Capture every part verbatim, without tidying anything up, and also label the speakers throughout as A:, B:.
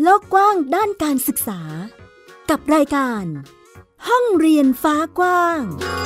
A: โลกกว้างด้านการศึกษากับรายการห้องเรียนฟ้ากว้าง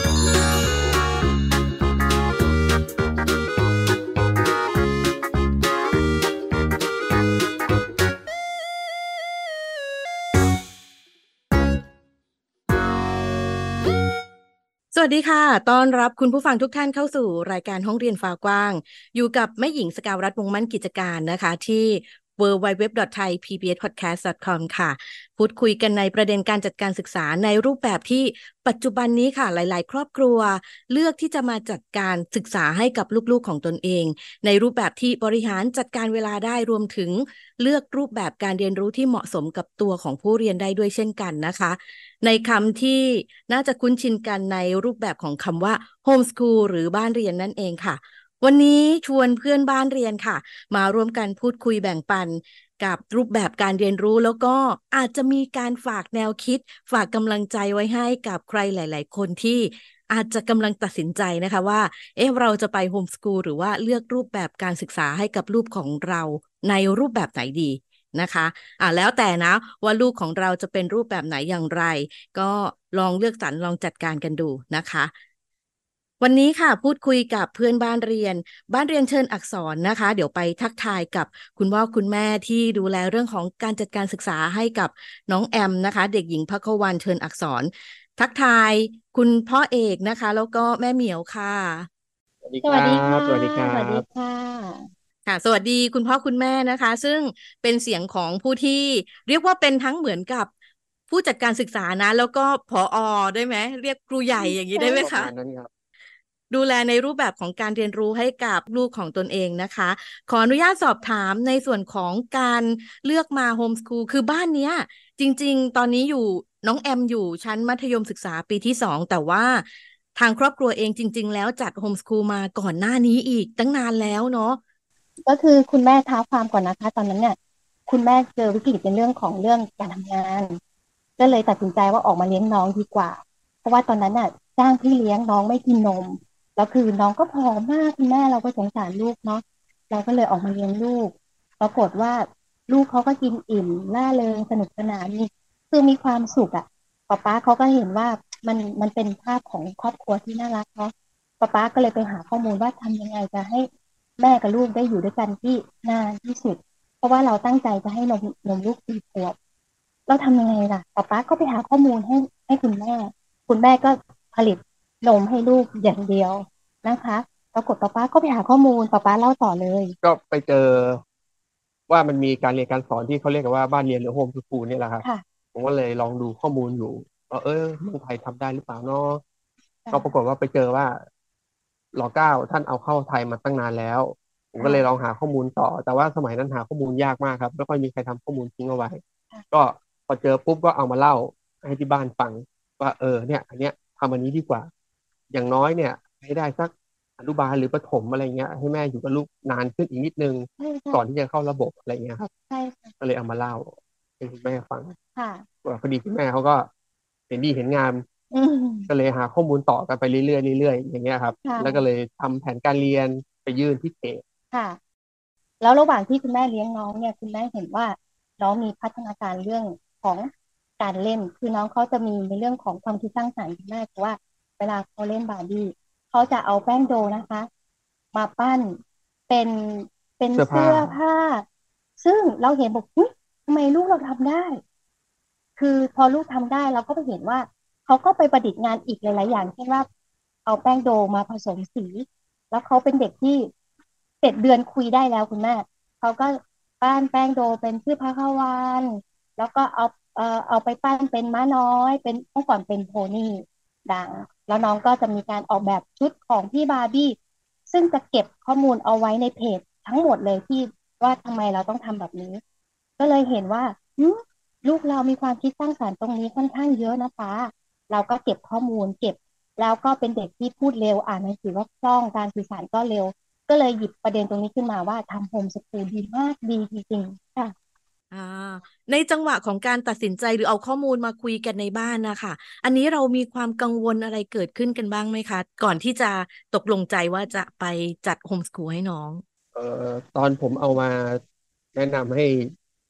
B: สวัสดีค่ะต้อนรับคุณผู้ฟังทุกท่านเข้าสู่รายการห้องเรียนฟ้ากว้างอยู่กับแม่หญิงสกาวรัตน์วงศ์มั่นกิจการนะคะที่ ดับเบิลยู ดับเบิลยู ดับเบิลยู ดอท ไทย พี บี เอส พอดแคสต์ ดอท คอม ค่ะพูดคุยกันในประเด็นการจัดการศึกษาในรูปแบบที่ปัจจุบันนี้ค่ะหลายๆ ครอบครัวเลือกที่จะมาจัดการศึกษาให้กับลูกๆของตนเองในรูปแบบที่บริหารจัดการเวลาได้รวมถึงเลือกรูปแบบการเรียนรู้ที่เหมาะสมกับตัวของผู้เรียนได้ด้วยเช่นกันนะคะในคำที่น่าจะคุ้นชินกันในรูปแบบของคำว่า homeschool หรือบ้านเรียนนั่นเองค่ะวันนี้ชวนเพื่อนบ้านเรียนค่ะมาร่วมกันพูดคุยแบ่งปันกับรูปแบบการเรียนรู้แล้วก็อาจจะมีการฝากแนวคิดฝากกำลังใจไว้ให้กับใครหลายๆคนที่อาจจะกำลังตัดสินใจนะคะว่าเอ๊ะเราจะไปโฮมสคูลหรือว่าเลือกรูปแบบการศึกษาให้กับลูกของเราในรูปแบบไหนดีนะคะอ่ะแล้วแต่นะว่าลูกของเราจะเป็นรูปแบบไหนอย่างไรก็ลองเลือกสรรลองจัดการกันดูนะคะวันนี้ค่ะพูดคุยกับเพื่อนบ้านเรียนบ้านเรียนเชิญอักษรนะคะเดี๋ยวไปทักทายกับคุณพ่อคุณแม่ที่ดูแลเรื่องของการจัดการศึกษาให้กับน้องแอมนะคะเด็กหญิงภควรรณเชิญอักษรทักทายคุณพ่อเอกนะคะแล้วก็แม่เหมียวค่ะ
C: สวัสดี
D: ส
C: ครั
D: วัสดีค่ะ
C: บสวัสดีครั
D: สวัสดี
C: บ
D: ค่ะ
B: ค่ะสวัสดีคุณพ่อคุณแม่นะคะซึ่งเป็นเสียงของผู้ที่เรียกว่าเป็นทั้งเหมือนกับผู้จัดการศึกษานะแล้วก็ผอได้ไหมเรียกครูใหญ่อย่างนี้
D: ใช่
B: ได้ไหมคะ
C: ประมาณนั้นครับ
B: ดูแลในรูปแบบของการเรียนรู้ให้กับลูกของตนเองนะคะขออนุญาตสอบถามในส่วนของการเลือกมาโฮมสคูลคือบ้านเนี้ยจริงๆตอนนี้อยู่น้องแอมอยู่ชั้นมัธยมศึกษาปีที่สองแต่ว่าทางครอบครัวเองจริงๆแล้วจัดโฮมสคูลมาก่อนหน้านี้อีกตั้งนานแล้วเนาะ
D: ก็คือคุณแม่เท้าความก่อนนะคะตอนนั้นเนี่ยคุณแม่เจอวิกฤตในเรื่องของเรื่องการทำงานก็เลยตัดสินใจว่าออกมาเลี้ยงน้องดีกว่าเพราะว่าตอนนั้นน่ะจ้างพี่เลี้ยงน้องไม่กินนมแล้วคือน้องก็ผอมมากคุณแม่เราก็สงสารลูกเนาะเราก็เลยออกมาเลี้ยงลูกปรากฏว่าลูกเขาก็กินอิ่มร่าเริงสนุกสนานนี่คือมีความสุขอ่ะป๊าป๊าเขาก็เห็นว่ามันมันเป็นภาพของครอบครัวที่น่ารักเนาะป๊าป๊าก็เลยไปหาข้อมูลว่าทำยังไงจะให้ แม่กับลูกได้อยู่ด้วยกันที่นานที่สุดเพราะว่าเราตั้งใจจะให้นมนมลูกสี่ขวบเราทำยังไงล่ะป๊าป๊าก็ไปหาข้อมูลให้ให้คุณแม่คุณแม่ก็ผลิตนมให้ลูกอย่างเดียวนะคะปรากฏป๊าป๊าก็ไปหาข้อมูลป๊าป๊าเล่าต่อเลย
C: ก็ไปเจอว่ามันมีการเรียนการสอนที่เขาเรียกกันว่าบ้านเรียนหรือโฮมสคูลนี่แหละครับ
D: ค่ะ
C: ผมก็เลยลองดูข้อมูลอยู่ว่าเออเมืองไทยทำได้หรือเปล่าเนาะก็ปรากฏ
D: ค่ะ
C: ว่าไปเจอว่ารเก้าท่านเอาเข้าไทยมาตั้งนานแล้วผมก็เลยลอง
D: ค่ะ
C: หาข้อมูลต่อแต่ว่าสมัยนั้นหาข้อมูลยากมากครับไม่ค่อยมีใครทำข้อมูลทิ้งเอาไว้
D: ค่ะ
C: ก็พอเจอปุ๊บก็เอามาเล่าให้ที่บ้านฟังว่าเออเนี่ยอันเนี้ยทำอันนี้ดีกว่าอย่างน้อยเนี่ยให้ได้สัก อนุบาลหรือประถมอะไรเงี้ยให้แม่อยู่กับลูกนานขึ้นอีกนิดนึง
D: ใช่ใช่
C: ก่อนที่จะเข้าระบบอะไรเงี้ยครับ
D: ใช่ค่ะ
C: ก็เลยเอามาเล่าให้คุณแม่ฟัง
D: ค่ะ
C: ว่าพอดีคุณแม่เขาก็เห็นดีเห็นงาม
D: อื
C: ก็เล
D: ม
C: ยหาข้อมูลต่อกันไปเรื่อยๆเรื่อยๆอย่างเงี้ยครับแล้วก็
D: ค่ะ
C: เลยทำแผนการเรียนไปยื่นที่เพจ
D: ค่ะ แล้วระหว่างที่คุณแม่เลี้ยงน้องเนี่ยคุณแม่เห็นว่าน้องมีพัฒนาการเรื่องของการเล่นคือน้องเขาจะมีในเรื่องของความคิดสร้างสรรค์คุณแม่เพราะว่าเวลาเขาเล่นบาร์บี้เขาจะเอาแป้งโดนะคะมาปั้นเป็นเป็น
C: เสื้อผ้า
D: เสื้อผ้าซึ่งเราเห็นบอกอุ๊ยทำไมลูกเราทำได้คือพอลูกทำได้เราก็ไปเห็นว่าเขาก็ไปประดิษฐ์งานอีกหลายๆอย่างเช่นว่าเอาแป้งโดมาผสมสี แล้วเขาเป็นเด็กที่เจ็ดเดือนคุยได้แล้วคุณแม่เขาก็ปั้นแป้งโดเป็นชื่อพระขวานแล้วก็เอาเอ่อเอาไปปั้นเป็นม้าน้อยเป็นเมื่อก่อนเป็นโพนี่ดังแล้วน้องก็จะมีการออกแบบชุดของพี่บาร์บี้ซึ่งจะเก็บข้อมูลเอาไว้ในเพจทั้งหมดเลยที่ว่าทำไมเราต้องทำแบบนี้ก็เลยเห็นว่าหืมลูกเรามีความคิดสร้างสรรค์ตรงนี้ค่อนข้างเยอะนะป้าเราก็เก็บข้อมูลเก็บ แล้วก็เป็นเด็กที่พูดเร็วอ่านหนังสือก็คล่องการสื่อสารก็เร็วก็เลยหยิบประเด็นตรงนี้ขึ้นมาว่าทำโฮมสกูลดีมากดีจริงๆค่ะ
B: อ่าในจังหวะของการตัดสินใจหรือเอาข้อมูลมาคุยกันในบ้านนะคะอันนี้เรามีความกังวลอะไรเกิดขึ้นกันบ้างไหมคะก่อนที่จะตกลงใจว่าจะไปจัดโฮมสคูลให้น้อง
C: เอ่อตอนผมเอามาแนะนำให้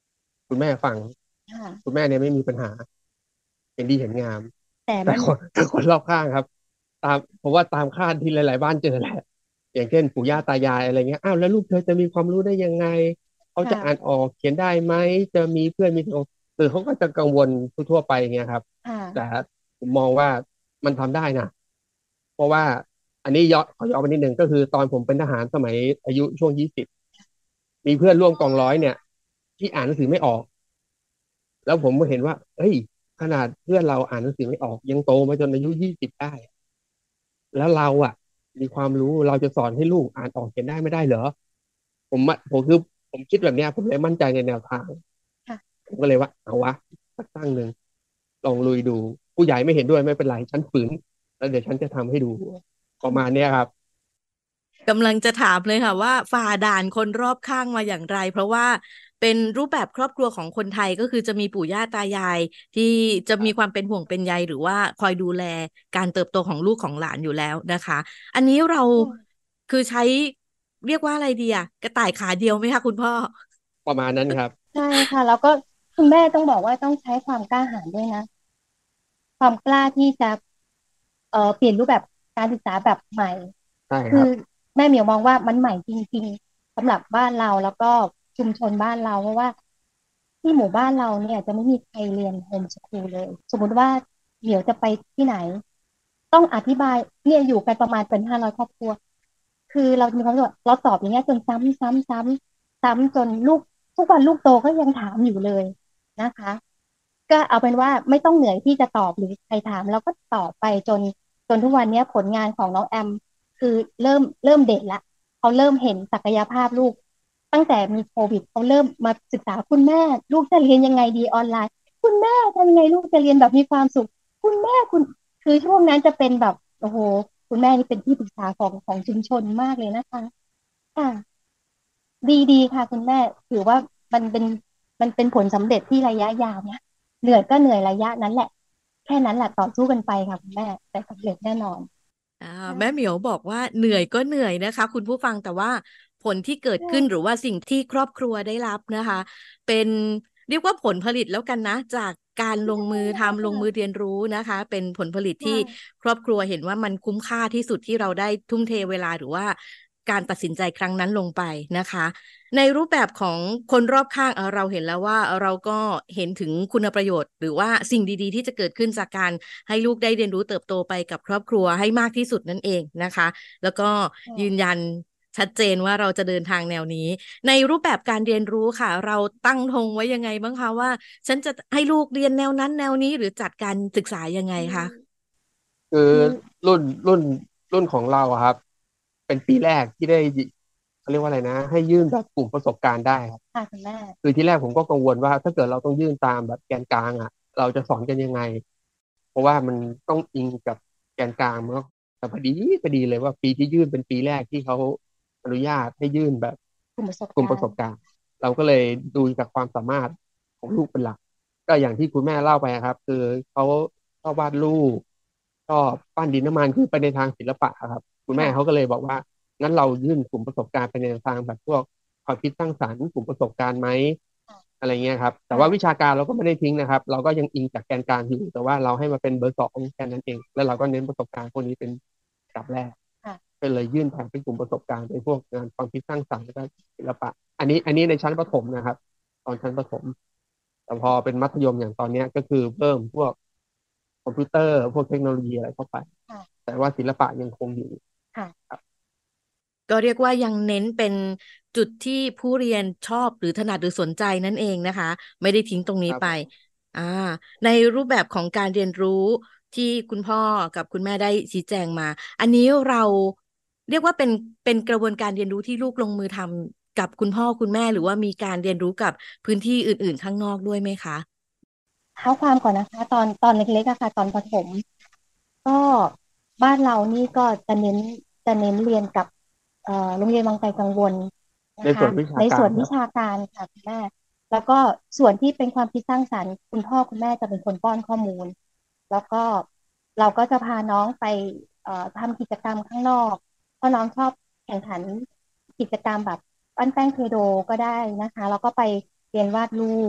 C: คุณแม่ฟัง
D: ค่ะ
C: คุณแม่เนี่ยไม่มีปัญหาเห็นดีเห็นงาม
D: แต่
C: แต่
D: แม่
C: คนแต่คนรอบข้างครับตามผมว่าตามคาดที่หลายๆบ้านเจอแหละอย่างเช่นปู่ย่าตายายอะไรเงี้ยอ้าวแล้วลูกเธอจะมีความรู้ได้ยังไงเขาจะอ่าน
D: ค่ะ
C: ออกเขียนได้ไหมจะมีเพื่อนมีโอคือเขาก็จะกังวลทั่วๆไปเงี้ยครับแต่
D: ค่ะ
C: ผมมองว่ามันทำได้นะเพราะว่าอันนี้ย้อนขอย้อนไปนิดหนึ่งก็คือตอนผมเป็นทหารสมัยอายุช่วงยี่สิบมีเพื่อนร่วมกองร้อยเนี่ยที่อ่านหนังสือไม่ออกแล้วผมก็เห็นว่าเฮ้ยขนาดเพื่อนเราอ่านหนังสือไม่ออกยังโตมาจนอายุยี่สิบได้ แล้วเราอ่ะมีความรู้เราจะสอนให้ลูกอ่านออกเขียนได้ไม่ได้เหรอผมอะผมคือผมคิดแบบเนี้ยผมเลยมั่นใจในแนวทาง
D: ค่ะ
C: ผมก็เลยว่าเอาวะสักตั้งหนึ่งลองลุยดูผู้ใหญ่ไม่เห็นด้วยไม่เป็นไรฉันฝืนแล้วเดี๋ยวฉันจะทำให้ดูประมาณเนี้ยครับ
B: กำลังจะถามเลยค่ะว่าฝ่าด่านคนรอบข้างมาอย่างไรเพราะว่าเป็นรูปแบบครอบครัวของคนไทยก็คือจะมีปู่ย่าตายายที่จะมีความเป็นห่วงเป็นใยหรือว่าคอยดูแลการเติบโตของลูกของหลานอยู่แล้วนะคะอันนี้เรา
D: อืม
B: คือใช้เรียกว่าอะไรดีอะกระต่ายขาเดียวไหมคะคุณพ่อ
C: ประมาณนั้นครับ
D: ใช่ค่ะแล้วก็คุณแม่ต้องบอกว่าต้องใช้ความกล้าหาญด้วยนะความกล้าที่จะเอ่อเปลี่ยนรูปแบบการศึกษาแบบใหม่คือ
C: ใช่ครับ
D: แม่เหมียวมองว่ามันใหม่จริงๆสำหรับบ้านเราแล้วก็ชุมชนบ้านเราเพราะว่าที่หมู่บ้านเราเนี่ยจะไม่มีใครเรียนโฮมสคูลเลยสมมุติว่าเหมียวจะไปที่ไหนต้องอธิบายเนี่ยอยู่กันประมาณเป็นห้าร้อยครอบครัวคือเรามีความรู้สึกว่าเราตอบอย่างเงี้ยจนซ้ำซ้ำซ้ำซ้ำจนลูกทุกวันลูกโตก็ยังถามอยู่เลยนะคะก็เอาเป็นว่าไม่ต้องเหนื่อยที่จะตอบหรือใครถามเราก็ตอบไปจนจนทุกวันนี้ผลงานของน้องแอมคือเริ่มเริ่มเด่นละเขาเริ่มเห็นศักยภาพลูกตั้งแต่มีโควิดเขาเริ่มมาศึกษาคุณแม่ลูกจะเรียนยังไงดีออนไลน์คุณแม่ทำยังไงลูกจะเรียนแบบมีความสุขคุณแม่คุณคือช่วงนั้นจะเป็นแบบโอ้โหคุณแม่นี่เป็นที่ปรึกษาของของชุมชนมากเลยนะคะค่ะดีดีค่ะคุณแม่ถือว่ามันเป็นมันเป็นผลสำเร็จที่ระยะยาวนะเหนื่อยก็เหนื่อยระยะนั้นแหละแค่นั้นแหละต่อสู้กันไปค่ะคุณแม่แต่สำเร็จแน่นอน
B: อ่าแม่เห
D: ค่ะ
B: มียวบอกว่าเหนื่อยก็เหนื่อยนะคะคุณผู้ฟังแต่ว่าผลที่เกิดขึ้นหรือว่าสิ่งที่ครอบครัวได้รับนะคะเป็นเรียกว่าผลผลิตแล้วกันนะจากการลงมือทำลงมือเรียนรู้นะคะเป็นผลผลิตที่
D: ค่ะ
B: ครอบครัวเห็นว่ามันคุ้มค่าที่สุดที่เราได้ทุ่มเทเวลาหรือว่าการตัดสินใจครั้งนั้นลงไปนะคะในรูปแบบของคนรอบข้างเอ่อเราเห็นแล้วว่าเราก็เห็นถึงคุณประโยชน์หรือว่าสิ่งดีๆที่จะเกิดขึ้นจากการ ให้ลูกได้เรียนรู้เติบโตไปกับครอบครัวให้มากที่สุดนั่นเองนะคะแล้วก็ยืน
D: ค่ะ
B: ยันชัดเจนว่าเราจะเดินทางแนวนี้ในรูปแบบการเรียนรู้ค่ะเราตั้งธงไว้ยังไงบ้างคะว่าฉันจะให้ลูกเรียนแนวนั้นแนวนี้หรือจัดการศึกษายังไง
D: อื
B: คะ
D: ม
C: คือ
D: คือ
C: รุ่นรุ่นรุ่นของเราอะครับเป็นปีแรกที่ได้เขาเรียกว่าอะไรนะให้ยื่นแบบกลุ่มประสบการณ์ได้ครับ
D: ค่ะคุณแม่
C: คือที่แรกผมก็กังวลว่าถ้าเกิดเราต้องยื่นตามแบบแกนกลางอ่ะเราจะสอนกันยังไงเพราะว่ามันต้องอิงกับแกนกลางมันก็แต่พอดีพอดีเลยว่าปีที่ยื่นเป็นปีแรกที่เขาอนุญาตให้ยื่นแบบ
D: กลุ่มประสบ
C: กลุ่มป
D: การณ์
C: ระสบการณ์เราก็เลยดูจากความสามารถของลูกเป็นหลักก็อย่างที่คุณแม่เล่าไปครับคือเขาชอบวาดรูปชอบปั้นดินน้ำมันคือไปในทางศิลปะครับคุณแม่เขา
D: ค่ะ
C: ก็เลยบอกว่างั้นเรายื่นกลุ่มประสบการณ์ไปในทางแบบพวก ความคิดสร้างสรรค์กลุ่มประสบการณ์ไหมอะไรเงี้ยครับแต่ว่าวิ
D: ค่ะ
C: ชาการเราก็ไม่ได้ทิ้งนะครับเราก็ยังอิงจากแกนกลางอยู่แต่ว่าเราให้มาเป็นเบอร์สองแค่นั้นเองแล้วเราก็เน้นประสบการณ์พวกนี้เป็นอันดับแรก
D: ค่ะ
C: ก็เลยยื่นแผนเป็นกลุ่มประสบการณ์เป็นพวกงานความคิดสร้างสรรค์แล้วก็ศิลปะอันนี้อันนี้ในชั้นประถมนะครับตอนชั้นประถมแต่พอเป็นมัธยมอย่างตอนเนี้ยก็คือเพิ่มพวกคอมพิวเตอร์พวกเทคโนโลยีอะไรเข้าไป
D: ค่ะ
C: แต่ว่าศิลปะยังคงอยู่
D: ค่ะ
C: ครับ
B: ก็เรียกว่ายังเน้นเป็นจุดที่ผู้เรียนชอบหรือถนัดหรือสนใจนั่นเองนะคะไม่ได้ทิ้งตรงนี้ไป
C: ครับผม
B: อ่าในรูปแบบของการเรียนรู้ที่คุณพ่อกับคุณแม่ได้ชี้แจงมาอันนี้เราเรียกว่าเป็นเป็นกระบวนการเรียนรู้ที่ลูกลงมือทำกับคุณพ่อคุณแม่หรือว่ามีการเรียนรู้กับพื้นที่อื่นๆข้างนอกด้วยไหมคะ
D: เท้าความก่อนนะคะตอนตอนเล็กๆอะค่ะตอนประถม ก็บ้านเรานี่ก็จะเน้นจะเน้นเรียนกับเอ่อโรงเรียนวังไกลกังวลนะคะ
C: ในส่วนวิชา
D: ในส่วนวิ
C: การครับ
D: ชาการค่ะคุณแม่แล้วก็ส่วนที่เป็นความคิดสร้างสรรค์คุณพ่อคุณแม่จะเป็นคนป้อนข้อมูลแล้วก็เราก็จะพาน้องไปเอ่อทำกิจกรรมข้างนอกเพราะน้องชอบแข่งขันกิจกรรมแบบปั้นแป้งเทโดก็ได้นะคะแล้วก็ไปเรียนวาดรูป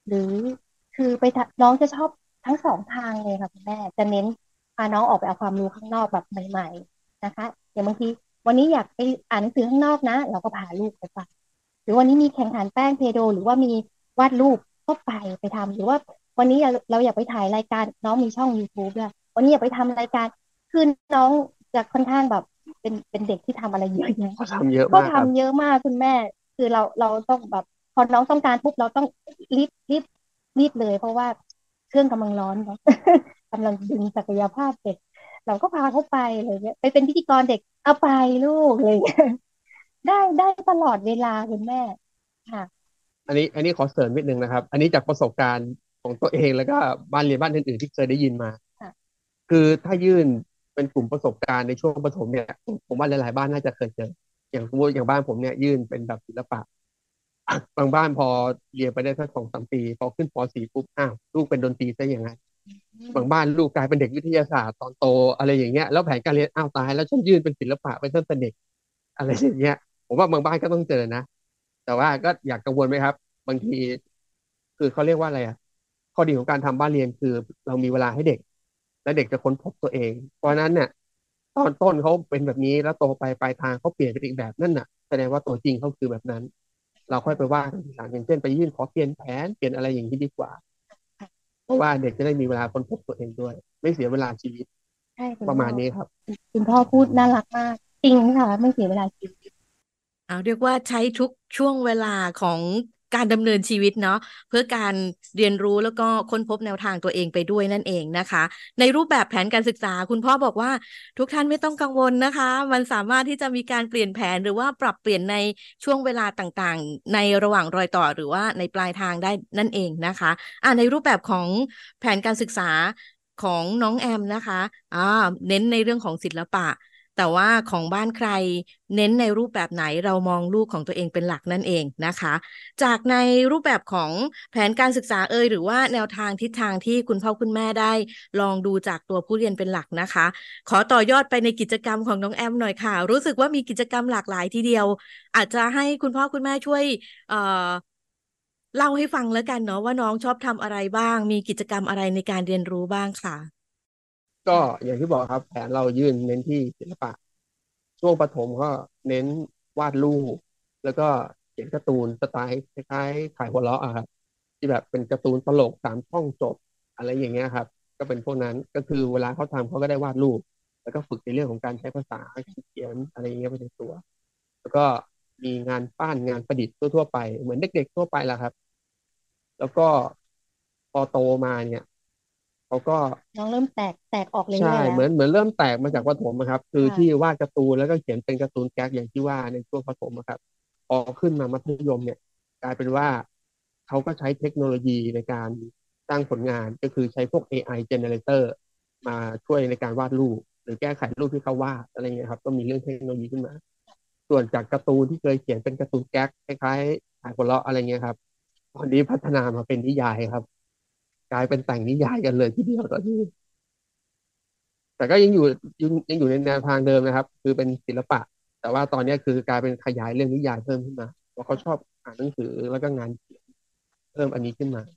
D: หรือคือไปทะน้องจะชอบทั้งสองทางเลยค่ะคุณแม่จะเน้นพาน้องออกไปเอาความรู้ข้างนอกแบบใหม่ๆนะคะอย่างบางทีวันนี้อยากไปอ่านหนังสือข้างนอกนะเราก็พาลูกไปฟังหรือวันนี้มีแข่งขันแป้งเพโดหรือว่ามีวาดรูปก็ไปไปทำหรือว่าวันนี้เราเราอยากไปถ่ายรายการน้องมีช่อง YouTube ด้วยวันนี้อยากไปทำรายการคือน้องจะค่อนข้างแบบเป็นเป็นเด็กที่ทำอะไรเยอะแยะ
C: เขาทำเยอะ
D: ก็
C: มากครับ
D: ทำเยอะมากคุณแม่คือเราเราต้องแบบพอน้องต้องการปุ๊บเราต้องรีบรีบรีบเลยเพราะว่าเครื่องกำลังร้อนเนาะกำลังดึงศักยภาพเด็กเราก็พาเขาไปเลยเนี่ยไปเป็นพิธีกรเด็กเอาไปลูกเลยได้ได้ตลอดเวลาคุณแม่ค่ะ
C: อันนี้อันนี้ขอเสริมนิดนึงนะครับอันนี้จากประสบการณ์ของตัวเองแล้วก็บ้านเรียนบ้านอื่นๆที่เคยได้ยินมา
D: ค่ะ
C: คือถ้ายื่นเป็นกลุ่มประสบการณ์ในช่วงประถมเนี่ยผมผมว่าหลายๆบ้านน่าจะเคยเจออย่างสมมติอย่างบ้านผมเนี่ยยื่นเป็นแบบศิลปะบางบ้านพอเรียนไปได้สักสองสามปีพอขึ้นป .สี่ ปุ๊บอ้าวลูกเป็นดนตรีซะอย่างนั้น
D: อืม
C: บางบ้านลูกกลายเป็นเด็กวิทยาศาสตร์ตอนโตอะไรอย่างเงี้ยแล้วแผนการเรียนอ้าวตายแล้วฉันยื่นเป็นศิลปะไปตั้งแต่เด็กอะไรอย่างเงี้ยผมว่าบางบ้านก็ต้องเจอนะแต่ว่าก็อยากกังวลไหมครับบางทีคือเขาเรียกว่าอะไรอ่ะข้อดีของการทำบ้านเรียนคือเรามีเวลาให้เด็กและเด็กจะค้นพบตัวเองเพราะฉะนั้นเนี่ยตอนต้นเขาเป็นแบบนี้แล้วโตไปปลายทางเขาเปลี่ยนเป็นอีกแบบนั่นน่ะแสดงว่าตัวจริงเขาคือแบบนั้นเราค่อยไปว่ากันทีหลังอย่างเช่นไปยื่นขอเปลี่ยนแผนเปลี่ยนอะไรอย่างนี้ดีกว่าเพราะว่าเด็กจะได้มีเวลาค้นพบตัวเองด้วยไม่เสียเวลาชีวิต
D: ใช่คุณ
C: ประ
D: พ่อ
C: มาณนี้ครับ
D: คุณพ่อพูดน่ารักมากจริงค่ะไม่เสียเวลาคิด
B: เอาเรียกว่าใช้ทุกช่วงเวลาของการดำเนินชีวิตเนาะเพื่อการเรียนรู้แล้วก็ค้นพบแนวทางตัวเองไปด้วยนั่นเองนะคะในรูปแบบแผนการศึกษาคุณพ่อบอกว่าทุกท่านไม่ต้องกังวลนะคะมันสามารถที่จะมีการเปลี่ยนแผนหรือว่าปรับเปลี่ยนในช่วงเวลาต่างๆในระหว่างรอยต่อหรือว่าในปลายทางได้นั่นเองนะคะอ่าในรูปแบบของแผนการศึกษาของน้องแอมนะคะอ่าเน้นในเรื่องของศิลปะ แต่ว่าของบ้านใครเน้นในรูปแบบไหนเรามองลูกของตัวเองเป็นหลักนั่นเองนะคะจากในรูปแบบของแผนการศึกษาเอ่ยหรือว่าแนวทางทิศทางที่คุณพ่อคุณแม่ได้ลองดูจากตัวผู้เรียนเป็นหลักนะคะขอต่อยอดไปในกิจกรรมของน้องแอมหน่อยค่ะรู้สึกว่ามีกิจกรรมหลากหลายทีเดียวอาจจะให้คุณพ่อคุณแม่ช่วยเอ่อเล่าให้ฟังแล้วกันเนาะว่าน้องชอบทำอะไรบ้างมีกิจกรรมอะไรในการเรียนรู้บ้างค่ะ
C: ก็อย่างที่บอกครับแผนเรายื่นเน้นที่ศิลปะ ช่วงประถมก็เน้นวาดรูปแล้วก็เขียนการ์ตูนสไตล์คล้ายๆขายหัวเราะอะครับที่แบบเป็นการ์ตูนตลกสามช่องจบอะไรอย่างเงี้ยครับก็เป็นพวกนั้นก็คือเวลาเขาทำเขาก็ได้วาดรูปแล้วก็ฝึกในเรื่องของการใช้ภาษาเขียนอะไรอย่างเงี้ยไปในตัวแล้วก็มีงานปั้นงานประดิษฐ์ทั่วๆไปเหมือนเด็กๆทั่วไปแหละครับแล้วก็พอโตมาเนี่ยเขาก็
D: น้องเริ่มแตกแตกออก
C: ใช่
D: เรื่อยๆแล้ว
C: เหมือนเหมือนเริ่มแตกมาจากประถมอะครับคือที่
D: ค่ะ
C: วาดการ์ตูนแล้วก็เขียนเป็นการ์ตูนแก๊กอย่างที่ว่าในช่วงประถมอะครับพอขึ้นมามัธยมเนี่ยกลายเป็นว่าเขาก็ใช้เทคโนโลยีในการสร้างผลงานก็คือใช้พวก เอ ไอ generator มาช่วยในการวาดรูปหรือแก้ไขรูปที่เขาวาดอะไรเงี้ยครับก็มีเรื่องเทคโนโลยีขึ้นมาส่วนจากการ์ตูนที่เคยเขียนเป็นการ์ตูนแก๊กคล้ายๆขายหัวเราะอะไรเงี้ยครับตอนนี้พัฒนามาเป็นนิยายครับกลายเป็นแต่งนิยายกันเลยทีเดียวตอนนี้ แต่ก็ยังอยู่ยังยังอยู่ในแนวทางเดิมนะครับคือเป็นศิลปะแต่ว่าตอนนี้คือกลายเป็นขยายเรื่องนิยายเพิ่มขึ้นมาเพราะเขาชอบอ่านหนังสือแล้วก็งานเขียนเพิ่มอันนี้ขึ้นมา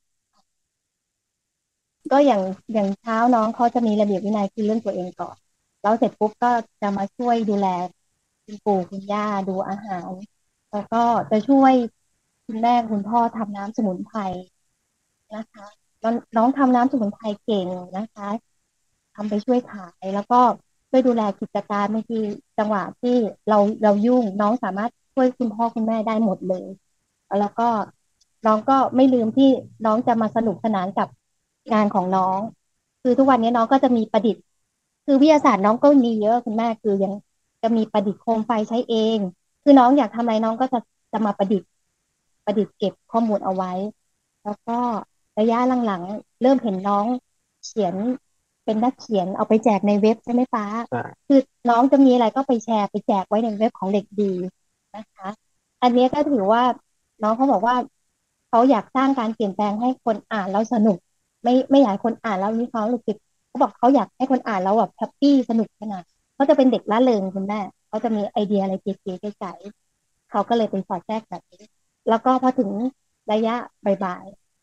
D: ก็อย่างอย่างเช้าน้องเขาจะมีระเบียบวินัยคือเรื่องตัวเองก่อนแล้วเสร็จปุ๊บก็จะมาช่วยดูแลคุณปู่คุณย่าดูอาหารแล้วก็จะช่วยคุณแม่คุณพ่อทำน้ำสมุนไพรนะคะน้องน้องทำน้ำสมุนไพรเก่งนะคะทำไปช่วยขายแล้วก็ช่วยดูแลกิจการบางทีจังหวะที่เราเรายุ่งน้องสามารถช่วยคุณพ่อคุณแม่ได้หมดเลย แล้วก็น้องก็ไม่ลืมที่น้องจะมาสนุกสนานกับงานของน้องคือทุกวันนี้น้องก็จะมีประดิษฐ์คือวิทยาศาสตร์น้องก็มีเยอะคุณแม่คือยังจะมีประดิษฐ์โคมไฟใช้เองคือน้องอยากทำอะไรน้องก็จะจะมาประดิษฐ์ประดิษฐ์เก็บข้อมูลเอาไว้แล้วก็ระยะหลังๆเริ่มเห็นน้องเขียนเป็นนักเขียนเอาไปแจกในเว็บใช่ไหมป้า
C: ใช่
D: คือน้องจะมีอะไรก็ไปแชร์ไปแจกไว้ในเว็บของเด็กดีนะคะ อันนี้ก็ถือว่าน้องเขาบอกว่าเขาอยากสร้างการเปลี่ยนแปลงให้คนอ่านแล้วสนุกไม่ไม่อยากให้คนอ่านแล้วมีความรู้สึกเขาบอกเขาอยากให้คนอ่านแล้วแบบแฮปปี้สนุกขนาดเขาจะเป็นเด็กร่าเริงคุณแม่เขาจะมีไอเดียอะไรเก๋ๆไก๋ๆเขาก็เลยเป็นสอดแทรกแบบนี้แล้วก็พอถึงระยะบ่าย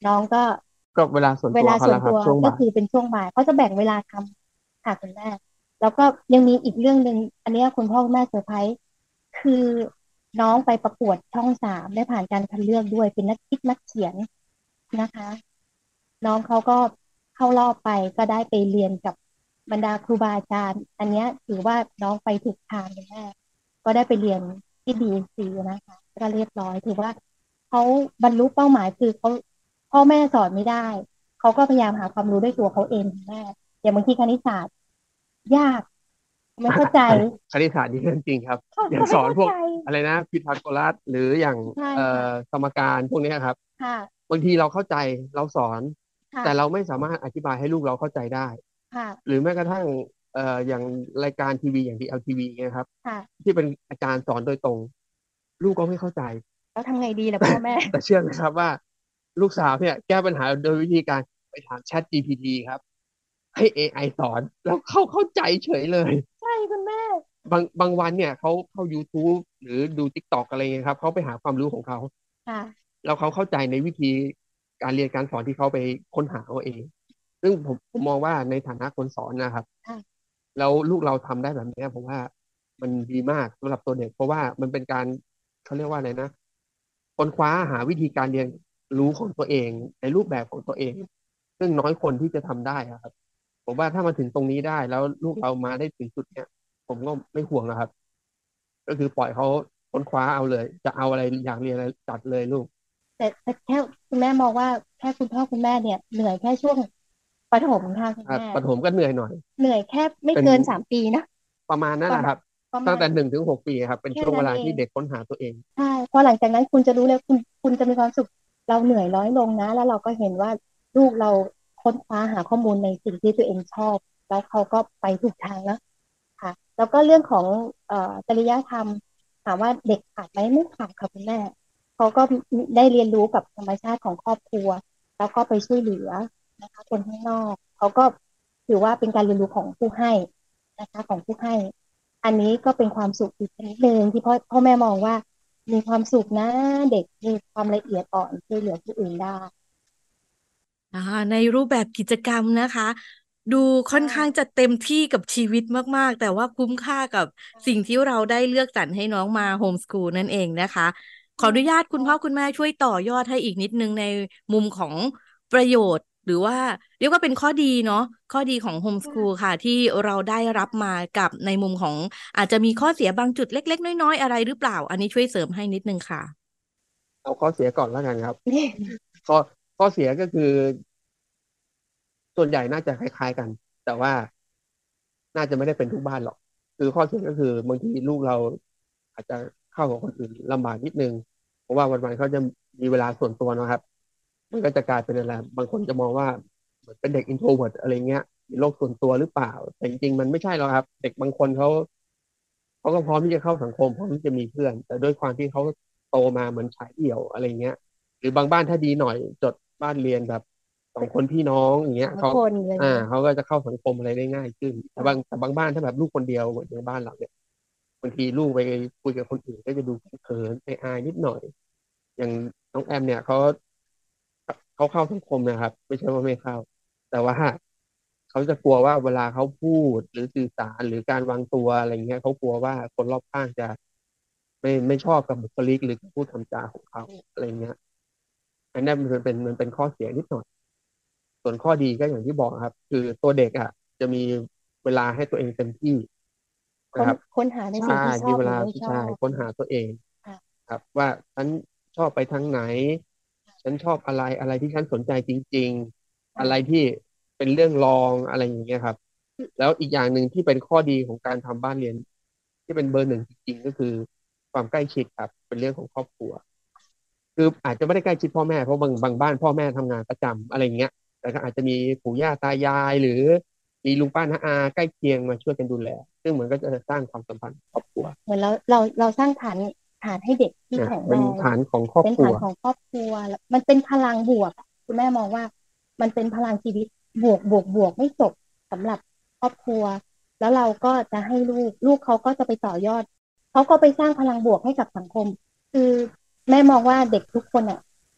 D: น้องก็
C: ก็เวลาส่วน
D: เว
C: ตัว
D: ลาส่วน
C: เขาแล้วครั
D: ตัวก็
C: บช่วงบ่าย
D: คือเป็นช่วงบ่ายเขาจะแบ่งเวลาทำค่ะคุณแม่แล้วก็ยังมีอีกเรื่องหนึ่งอันเนี้ยคุณพ่อคุณแม่เซอร์ไพรส์คือน้องไปประกวดช่องสามได้ผ่านการคัดเลือกด้วยเป็นนักคิดนักเขียนนะคะน้องเขาก็เข้ารอบไปก็ได้ไปเรียนกับบรรดาครูบาอาจารย์อันเนี้ยถือว่าน้องไปถูกทางคุณแม่ก็ได้ไปเรียนที่บีซีนะคะก็เรียบร้อยถือว่าเขาบรรลุเป้าหมายคือเขาพ่อแม่สอนไม่ได้เขาก็พยายามหาความรู้ด้วยตัวเขาเองคุณแม่อย่างบางทีคณิตศาสตร์ยากไม่เข้าใจ
C: คณิตคณิตศาสตร์นี่เรื่องจริงครับ
D: เขา
C: อย่างสอนพวก
D: เขาไม่เข้าใจ
C: อะไรนะพีทาโกรัสหรืออย่าง
D: ใช่
C: เอ่
D: ค่ะ
C: อสมการพวกเนี้ยครับ
D: ค่ะ
C: บางทีเราเข้าใจเราสอน
D: ค่ะ
C: แต่เราไม่สามารถอธิบายให้ลูกเราเข้าใจได้
D: ค่ะ
C: หรือแม้กระทั่งเอ่ออย่างรายการทีวีอย่าง ดี แอล ที วี เงี้ยครับ
D: ค่ะ
C: ที่เป็นอาจารย์สอนโดยตรงลูกก็ไม่เข้าใจ
D: แล้วทำไงดีล่ะพ่อแม่
C: แต่เชื่อไหมครับว่าลูกสาวเนี่ยแก้ปัญหาโดยวิธีการไปถาม Chat จี พี ที ครับให้ เอ ไอ สอนแล้วเขาเข้าใจเฉยเลย
D: ใช่คุณแม่
C: บางบางวันเนี่ยเขาเข้า YouTube หรือดู TikTok อะไรเงี้ยครับเขาไปหาความรู้ของเขา
D: ค่ะ
C: แล้วเขาเข้าใจในวิธีการเรียนการสอนที่เขาไปค้นหาเอาเองซึ่งผมผมมองว่าในฐานะคนสอนนะครับ
D: ค่ะ
C: แล้วลูกเราทำได้แบบนี้ผมว่ามันดีมากสำหรับตัวเด็กเพราะว่ามันเป็นการเขาเรียกว่าอะไรนะค้นคว้าหาวิธีการเรียนรู้ของตัวเองในรูปแบบของตัวเองซึ่งน้อยคนที่จะทำได้อะครับผมว่าถ้ามาถึงตรงนี้ได้แล้วลูกเรามาได้ถึงจุดเนี้ยผมก็ไม่ห่วงนะครับก็คือปล่อยเขาค้นคว้าเอาเลยจะเอาอะไรอยากเรียนอะไรจัดเลยลูก
D: แต่แต่แค่คุณแม่มองว่าแค่คุณพ่อคุณแม่เนี่ยเหนื่อยแค่ช่วงประถมค่ะคุณ
C: อ่ะ
D: แม่
C: ประถมก็เหนื่อยหน่อย
D: เหนื่อยแค่ไม่
C: เป็น
D: เกินสามปีนะ
C: ประมาณนั้น
D: ประมาณ
C: แหละครับ
D: ประมาณ
C: ตั้งแต่หนึ่งถึงหกปีครับเป็น
D: แค่
C: ช่วงเว
D: นั้นเอง
C: ลาที่เด็กค้นหาตัวเอง
D: ใช่พอหลังจากนั้นคุณจะรู้เลยคุณคุณจะมีความสุขเราเหนื่อยน้อยลงนะแล้วเราก็เห็นว่าลูกเราค้นคว้าหาข้อมูลในสิ่งที่ตัวเองชอบแล้วเขาก็ไปถูกทางแล้วค่ะแล้วก็เรื่องของเอ่อจริยธรรมถามว่าเด็กขาดไหมไม่ขาดค่ะคุณแม่เขาก็ได้เรียนรู้กับธรรมชาติของครอบครัวแล้วก็ไปช่วยเหลือนะคะคนข้างนอกเขาก็ถือว่าเป็นการเรียนรู้ของผู้ให้นะคะของผู้ให้ อันนี้ก็เป็นความสุขอีกชนิดหนึ่งที่พ่อพ่อแม่มองว่ามีความสุขนะเด็กมีความละเอียดอ่อนช่วยเหลือผู้อื่นได้
B: อ่าในรูปแบบกิจกรรมนะคะดูค่อนข้าง
D: ใช่
B: จะเต็มที่กับชีวิตมากๆแต่ว่าคุ้มค่ากับสิ่งที่เราได้เลือกสรรให้น้องมาโฮมส o ูลนั่นเองนะคะขออนุญาตคุณพ่อคุณแม่ช่วยต่อยอดให้อีกนิดนึงในมุมของประโยชน์หรือว่าเรียกว่าเป็นข้อดีเนาะข้อดีของโฮมส o ูลค่ะที่เราได้รับมากับในมุมของอาจจะมีข้อเสียบางจุดเล็กๆน้อยๆอะไรหรือเปล่าอันนี้ช่วยเสริมให้นิดนึงค่ะ
C: เอาข้อเสียก่อนแล้วกันครับข้อข้อเสียก็คือส่วนใหญ่น่าจะคล้ายๆกันแต่ว่าน่าจะไม่ได้เป็นทุกบ้านหรอกคือข้อเสียก็คือบางทีลูกเราอาจจะเข้ากับคนอื่นลำบากนิดนึงเพราะว่าวันๆเขาจะมีเวลาส่วนตัวนะครับมันก็จะกลายเป็นอะไรบางคนจะมองว่าเหมือนเป็นเด็กอินโทรเวิร์ตอะไรเงี้ยมีโลกส่วนตัวหรือเปล่าแต่จริงๆมันไม่ใช่หรอกครับเด็กบางคนเขาเขาก็พร้อมที่จะเข้าสังคมพร้อมที่จะมีเพื่อนแต่ด้วยความที่เขาโตมาเหมือนชายเดี่ยวอะไรเงี้ยหรือบางบ้านถ้าดีหน่อยจดบ้านเรียนแบบสองคนพี่น้องอย่างเงี้ยเขา
D: สามคนอะไรอย่าง
C: อ่า
D: เงี้ย
C: เขาก็จะเข้าสังคมอะไรได้ง่ายขึ้นแต่บาง
D: ค่ะ
C: แต่บางบ้านถ้าแบบลูกคนเดียวเหมือนในบ้านเราเนี่ยบางทีลูกไปคุยกับคนอื่นก็จะดูเขินๆอายๆนิดหน่อยอย่างน้องแอมเนี่ยเขา เขาเข้าสังคมนะครับไม่ใช่ว่าไม่เข้าแต่ว่าเขาจะกลัวว่าเวลาเขาพูดหรือสื่อสารหรือการวางตัวอะไรเงี้ยเขากลัวว่าคนรอบข้างจะไม่ไม่ชอบกับบุคลิกหรือพูดทำจาของเขาอะไรเงี้ยอันนั้นมันเป็นมันเป็นข้อเสียนิดหน่อยส่วนข้อดีก็อย่างที่บอกครับคือตัวเด็กอ่ะจะมีเวลาให้ตัวเองเต็มที่
D: ค้น
C: นะครับ
D: ค้นหาใน
C: ใช่
D: สิ่งที่ชอบหรือ
C: มีเวลา
D: ไม่ชอ
C: ใช่
D: บ
C: ค้นหาตัวเอง
D: ค่ะ
C: ครับว่าฉันชอบไปทางไหนฉันชอบอะไรอะไรที่ฉันสนใจจริงๆอะไร
D: ค่ะ
C: ที่เป็นเรื่องรองอะไรอย่างเงี้ยครับแล้วอีกอย่างหนึ่งที่เป็นข้อดีของการทำบ้านเรียนที่เป็นเบอร์หนึ่งจริงๆก็คือความใกล้ชิดครับเป็นเรื่องของครอบครัวคืออาจจะไม่ได้ใกล้ชิดพ่อแม่เพราะบางบางบ้านพ่อแม่ทำงานประจำอะไรอย่างเงี้ยแต่ก็อาจจะมีปู่ย่าตายายหรือมีลุงป้าน้าอาใกล้เคียงมาช่วยกันดูแลซึ่งมันก็จะสร้างความสัมพันธ์ครอบครัว
D: เหมือนเราเราเราสร้างฐานฐานให้เด็กที่
C: นะ
D: แข็งแร
C: เป็น
D: ง
C: ฐานของครอบ
D: เป็น
C: ครัว
D: ฐานของครอบครัวแล้วมันเป็นพลังบวกอะคุณแม่มองว่ามันเป็นพลังชีวิตบวกบวกบวกไม่จบสำหรับครอบครัวแล้วเราก็จะให้ลูกลูกเขาก็จะไปต่อยอดเขาก็ไปสร้างพลังบวกให้กับสังคมคือแม่มองว่าเด็กทุกคนอ่ะ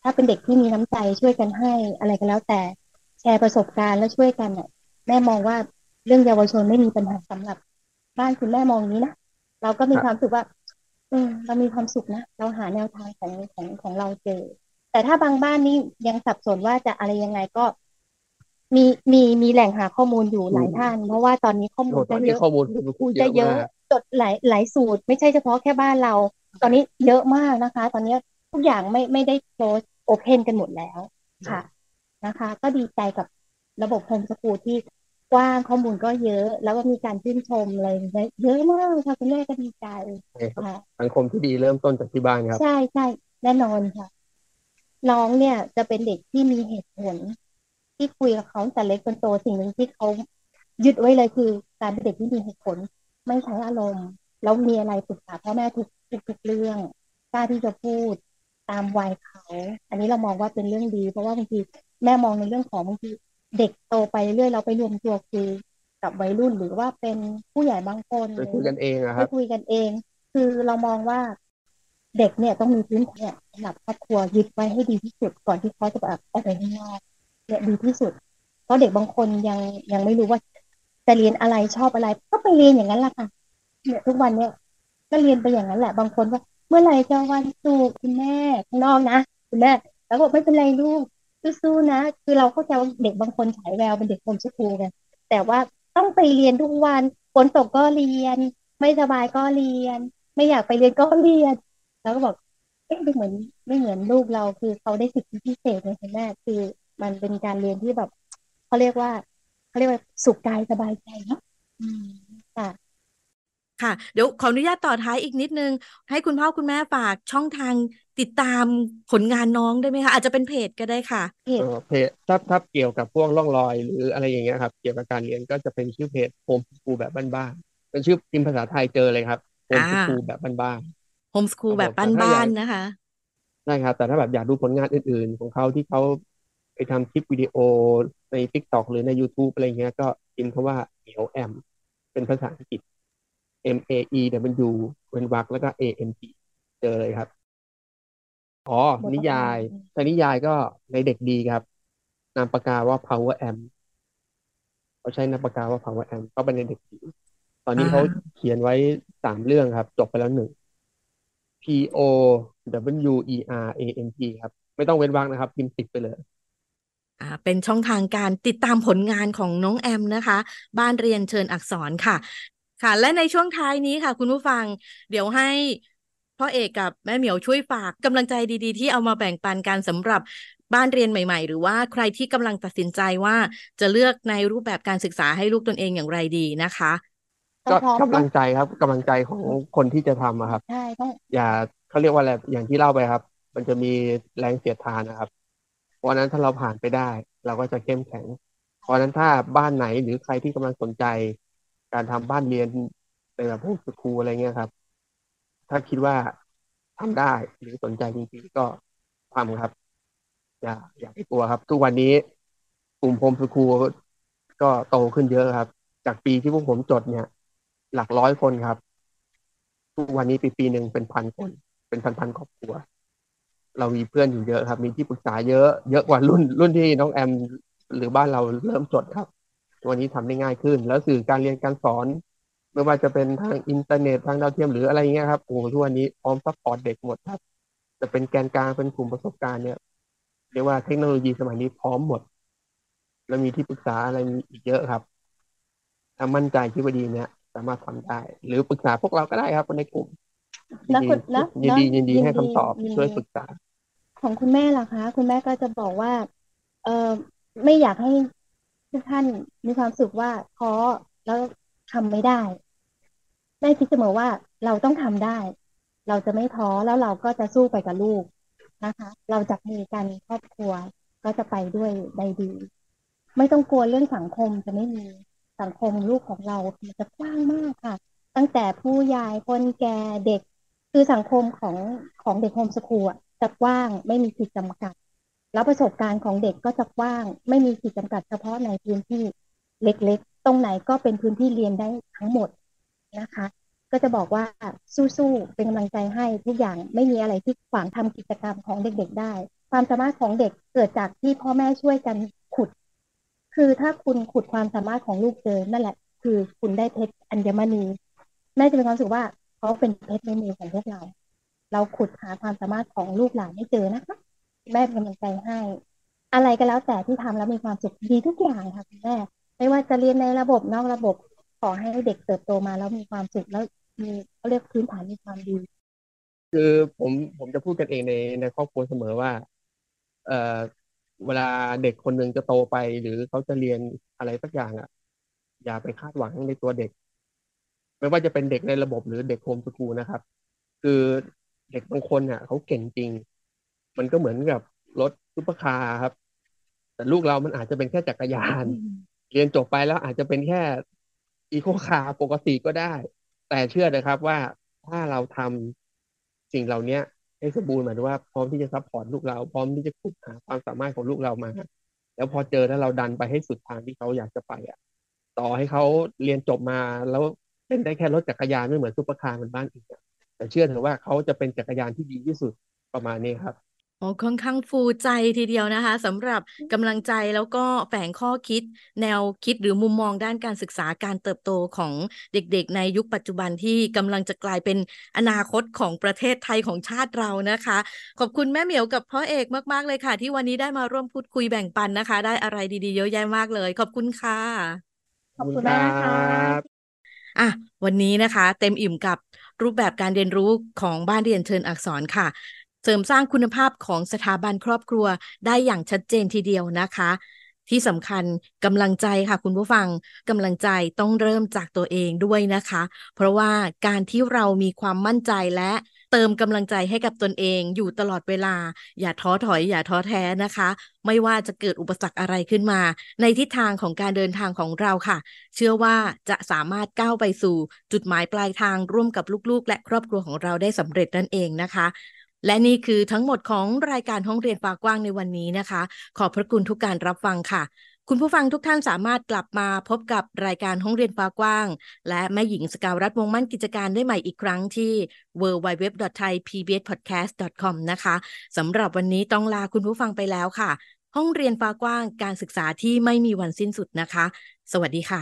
D: ถ้าเป็นเด็กที่มีน้ำใจช่วยกันให้อะไรก็แล้วแต่แชร์ประสบการณ์แล้วช่วยกันอ่ะแม่มองว่าเรื่องเยาวชนไม่มีปัญหาสำหรับบ้านคุณแม่มองอย่างนี้นะเราก็มี
C: ครับ
D: ความรู้สึกว่าเออเรามีความสุขนะเราหาแนวทางของของของเราเจอแต่ถ้าบางบ้านนี่ยังสับสนว่าจะอะไรยังไงก็มีมีมีแหล่งหาข้อมูลอยู่
C: อื
D: หลายท่าน
C: ม
D: เพราะว่าตอนนี้ข้อ
C: โอ้ตอน
D: มูลก็เยอะ
C: นี้ข้อมูลคุณครูเย
D: จะเยอะ
C: อะมาก
D: จดหลายหลายสูตรไม่ใช่เฉพาะแค่บ้านเรา ตอนนี้เยอะมากนะคะตอนนี้ทุกอย่างไม่ไม่ได้โคลสโอเพนกันหมดแล้วค่ะนะคะก็ดีใจกับระบบโฮมสกูลที่กว้างข้อมูลก็เยอะแล้วก็มีการชื่นชมอะไรเยอะมากค่ะคุณแม่ก็ดีใจ
C: ใช่ครับ
D: ค่ะ
C: สังคมที่ดีเริ่มต้นจากที่บ้านครับ
D: ใช่ใช่แน่นอนค่ะน้องเนี่ยจะเป็นเด็กที่มีเหตุผลที่คุยกับเขาแต่เล็กจนโตสิ่งหนึ่งที่เขายึดไว้เลยคือการเป็นเด็กที่มีเหตุผลไม่ใช้อารมณ์แล้วมีอะไรปรึกษาพ่อแม่ทุกทุกทุกเรื่องกล้าที่จะพูดตามวัยเขาอันนี้เรามองว่าเป็นเรื่องดีเพราะว่าบางทีแม่มองในเรื่องของบางทีเด็กโตไปเรื่อยเราไปรวมตัวคุยกับวัยรุ่นหรือว่าเป็นผู้ใหญ่บางคน
C: ไปคุยกันเองอะครับ
D: ไปคุยกันเองคือเรามองว่าเด็กเนี่ยต้องมีพื้นฐานเนี่ยสำหรับครอบครัวยึดไว้ให้ดีที่สุดก่อนที่เขาจะแบบออกไปข้างนอกเนี่ยดีที่สุดเพราะเด็กบางคนยังยังไม่รู้ว่าจะเรียนอะไรชอบอะไรก็ไปเรียนอย่างนั้นแหละค่ะเนี่ยทุกวันเนี่ยก็เรียนไปอย่างนั้นแหละบางคนว่าเมื่อไหร่จะวันศุกร์คุณแม่ข้างนอกนะคุณแม่แล้วก็บอกไม่เป็นไรลูกสู้ๆนะคือเราเข้าใจว่าเด็กบางคนฉายแววเป็นเด็กโฮมสคูลกันแต่ว่าต้องไปเรียนทุกวันฝนตกก็เรียนไม่สบายก็เรียนไม่อยากไปเรียนก็เรียนแล้วก็บอกเอ๊ะไม่เหมือนไม่เหมือนลูกเราคือเขาได้สิทธิพิเศษเลยคุณแม่คือมันเป็นการเรียนที่แบบเขาเรียกว่าเขาเรียกว่าสุขกายสบายใจเนาะอืมค่ะ
B: ค่ะเดี๋ยวขออนุญาตต่อท้ายอีกนิดนึงให้คุณพ่อคุณแม่ฝากช่องทางติดตามผลงานน้องได้ไหมคะอาจจะเป็นเพจก็ได้ค่ะ
D: เพจ
C: เออเพจถ้าถ้าเกี่ยวกับพวกร่องรอยหรืออะไรอย่างเงี้ยครับเกี่ยวกับการเรียนก็จะเป็นชื่อเพจโฮมสกูลแบบบ้านๆเป็นชื่อพิมพ์ภาษาไทยเจอเลยครับโฮ
B: อ่า
C: มสกูลแบบบ้าน
B: โฮมสคู
C: ๆครับผม
B: ลแบบ
C: แต่ถ้าอ
B: บ้า
C: ยาก
B: นๆนะคะ
C: ได้ครับแต่ถ้าแบบอยากดูผลงานอื่นๆของเขาที่เขาไปทำคลิปวิดีโอใน TikTok หรือใน YouTube อะไรเงี้ยก็พิมพ์คำว่าเหมียวแอมเป็นภาษาอังกฤษ M A E W เว้นวรรคแล้วก็ A M P เจอเลยครับ อ๋อ
D: บทประพันธ์
C: นิยายแต่นิยายก็ในเด็กดีครับนามปากกาว่า Power Amp เขาใช้นามปากกาว่า Power Amp ก็เป็นในเด็กดีตอน
B: อ่
C: นี้เขา
B: า
C: เขียนไว้สามเรื่องครับจบไปแล้วหนึ่ง P O W E R A N T ครับไม่ต้องเว้นวรรคนะครับพิมพ์ติดไปเลย
B: อ่าเป็นช่องทางการติดตามผลงานของน้องแอมนะคะบ้านเรียนเชิญอักษรค่ะค่ะและในช่วงท้ายนี้ค่ะคุณผู้ฟังเดี๋ยวให้พ่อเอกกับแม่เหมียวช่วยฝากกำลังใจดีๆที่เอามาแบ่งปันกันสำหรับบ้านเรียนใหม่ๆหรือว่าใครที่กำลังตัดสินใจว่าจะเลือกในรูปแบบการศึกษาให้ลูกตนเองอย่างไรดีนะคะ
C: ก็
D: ต้องพร้อมต้อง
C: กำลังใจครับกำลังใจของคนที่จะทำอะครับ
D: ใช่ต้อง
C: อย่าเขาเรียกว่าอะไรอย่างที่เล่าไปครับมันจะมีแรงเสียดทานนะครับ เพราะฉะนั้นถ้าเราผ่านไปได้เราก็จะเข้มแข็งเพราะฉะนั้นถ้าบ้านไหนหรือใครที่กำลังสนใจการทำบ้านเรียนในแบบพวกสคูลอะไรเงี้ยครับถ้าคิดว่าทำได้หรือสนใจจริงๆก็ทำครับอย่าอย่าไปกลัวครับทุกวันนี้กลุ่มโฮมสคูลก็โตขึ้นเยอะครับจากปีที่พวกผมจดเนี่ยหลักร้อยคนครับทุกวันนี้ปีปีหนึ่งเป็นพันคนเป็นพันๆครอบครัว เรามีเพื่อนอยู่เยอะครับมีที่ปรึกษาเยอะเยอะกว่ารุ่นรุ่นที่น้องแอมหรือบ้านเราเริ่มจดครับวันนี้ทำได้ง่ายขึ้นแล้วสื่อการเรียนการสอนไม่ว่าจะเป็นทางอินเทอร์เน็ตทางดาวเทียมหรืออะไรเงี้ยครับโอ้โหทุกวันนี้พร้อมซัพพอร์ตเด็กหมดครับจะเป็นแกนกลางเป็นกลุ่มประสบการณ์เนี่ยเรียกว่าเทคโนโลยีสมัยนี้พร้อมหมดแล้วมีที่ปรึกษาอะไรมีอีกเยอะครับถ้ามั่นใจคิดว่าดีเนี่ยสามารถทำได้หรือปรึกษาพวกเราก็ได้ครับคนในกลุ่มยิน
D: แล้ว
C: ดี
D: คุณแล้ว
C: ยิน
D: แล้ว
C: ดียินดี
D: ยินดี
C: ให้คำตอบ
D: ยินดี
C: ช่วยปรึกษา
D: ของคุณแม่ล่ะคะคุณแม่ก็จะบอกว่าเออไม่อยากให้ทุกท่านมีความรู้สึกว่าท้อแล้วทำไม่ได้แม่คิดเสมอว่าเราต้องทำได้เราจะไม่ท้อแล้วเราก็จะสู้ไปกับลูกนะคะเราจับมือกันครอบครัวก็จะไปด้วยได้ดี ไม่ต้องกลัวเรื่องสังคมจะไม่มีสังคมลูกของเรามันจะกว้างมากค่ะตั้งแต่ผู้ใหญ่คนแก่เด็กคือสังคมของของเด็กโฮมสคูลอ่ะจะกว้างไม่มีขีดจำกัดแล้วประสบการณ์ของเด็กก็จะกว้างไม่มีขีดจำกัดเฉพาะในพื้นที่เล็กๆตรงไหนก็เป็นพื้นที่เรียนได้ทั้งหมดนะคะก็จะบอกว่าสู้ๆเป็นกำลังใจให้ทุกอย่างไม่มีอะไรที่ขวางทำกิจกรรมของเด็กๆได้ความสามารถของเด็กเกิดจากที่พ่อแม่ช่วยกันขุดคือถ้าคุณขุดความสามารถของลูกเจอนั่นแหละคือคุณได้เพชรอัญมณีแม่จะมีความรู้สึกว่าเขาเป็นเพชรในมือของพวกเราเราขุดหาความสามารถของลูกหลานไม่เจอนะคะแม่เป็นกำลังใจให้อะไรก็แล้วแต่ที่ทำแล้วมีความสุขดีทุกอย่างค่ะคุณแม่ไม่ว่าจะเรียนในระบบนอกระบบขอให้เด็กเติบโตมาแล้วมีความสุขแล้วมีเขาเรียกพื้นฐานมีความดี
C: คือผมผมจะพูดกันเองในในครอบครัวเสมอว่าเอ่อเวลาเด็กคนหนึ่งจะโตไปหรือเขาจะเรียนอะไรสักอย่างอ่ะอย่าไปคาดหวังในตัวเด็กไม่ว่าจะเป็นเด็กในระบบหรือเด็กโฮมสกูลนะครับคือเด็กบางคนอ่ะเขาเก่งจริงมันก็เหมือนกับรถซุปเปอร์คาร์ครับแต่ลูกเรามันอาจจะเป็นแค่จักรยานเรียนจบไปแล้วอาจจะเป็นแค่อีโคคาร์ปกติก็ได้แต่เชื่อนะครับว่าถ้าเราทำสิ่งเหล่านี้ให้สมบูรณ์หมายถึงว่าพร้อมที่จะซัพพอร์ตลูกเราพร้อมที่จะขุดหาความสามารถของลูกเรามาแล้วพอเจอแล้วเราดันไปให้สุดทางที่เขาอยากจะไปอ่ะต่อให้เขาเรียนจบมาแล้วเป็นได้แค่รถจักรยานไม่เหมือนซุปเปอร์คาร์เหมือนบ้านอื่นแต่เชื่อเถอะว่าเขาจะเป็นจักรยานที่ดีที่สุดประมาณนี้ครับ
B: โอ้ค่อนข้างฟูใจทีเดียวนะคะสำหรับกำลังใจแล้วก็แฝงข้อคิดแนวคิดหรือมุมมองด้านการศึกษาการเติบโตของเด็กๆในยุคปัจจุบันที่กำลังจะกลายเป็นอนาคตของประเทศไทยของชาติเรานะคะขอบคุณแม่เหมียวกับพ่อเอกมากๆเลยค่ะที่วันนี้ได้มาร่วมพูดคุยแบ่งปันนะคะได้อะไรดีๆเยอะแยะมากเลยขอบคุณค่ะ
D: ขอบคุณมากนะคะ
B: อ่ะวันนี้นะคะเต็มอิ่มกับรูปแบบการเรียนรู้ของบ้านเรียนเชิญอักษรค่ะเสริมสร้างคุณภาพของสถาบันครอบครัวได้อย่างชัดเจนทีเดียวนะคะที่สำคัญกำลังใจค่ะคุณผู้ฟังกำลังใจต้องเริ่มจากตัวเองด้วยนะคะเพราะว่าการที่เรามีความมั่นใจและเติมกำลังใจให้กับตนเองอยู่ตลอดเวลาอย่าท้อถอยอย่าท้อแท้นะคะไม่ว่าจะเกิดอุปสรรคอะไรขึ้นมาในทิศทางของการเดินทางของเราค่ะเชื่อว่าจะสามารถก้าวไปสู่จุดหมายปลายทางร่วมกับลูกๆและครอบครัวของเราได้สำเร็จนั่นเองนะคะและนี่คือทั้งหมดของรายการห้องเรียนฟ้ากว้างในวันนี้นะคะขอบพระคุณทุกการรับฟังค่ะคุณผู้ฟังทุกท่านสามารถกลับมาพบกับรายการห้องเรียนฟ้ากว้างและแม่หญิงสกาวรัตน์วงศ์มั่นกิจการได้ใหม่อีกครั้งที่ ดับเบิลยู ดับเบิลยู ดับเบิลยู ดอท ไทย พี บี เอส พอดแคสต์ ดอท คอม นะคะสำหรับวันนี้ต้องลาคุณผู้ฟังไปแล้วค่ะห้องเรียนฟ้ากว้างการศึกษาที่ไม่มีวันสิ้นสุดนะคะสวัสดีค่ะ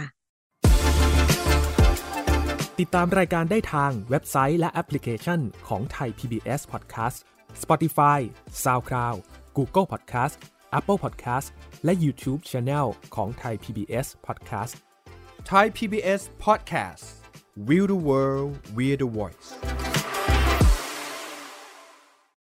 E: ติดตามรายการได้ทางเว็บไซต์และแอปพลิเคชันของ Thai พี บี เอส Podcast Spotify SoundCloud Google Podcast Apple Podcast และ YouTube Channel ของ Thai พี บี เอส Podcast
F: Thai พี บี เอส Podcast We the World We the Voice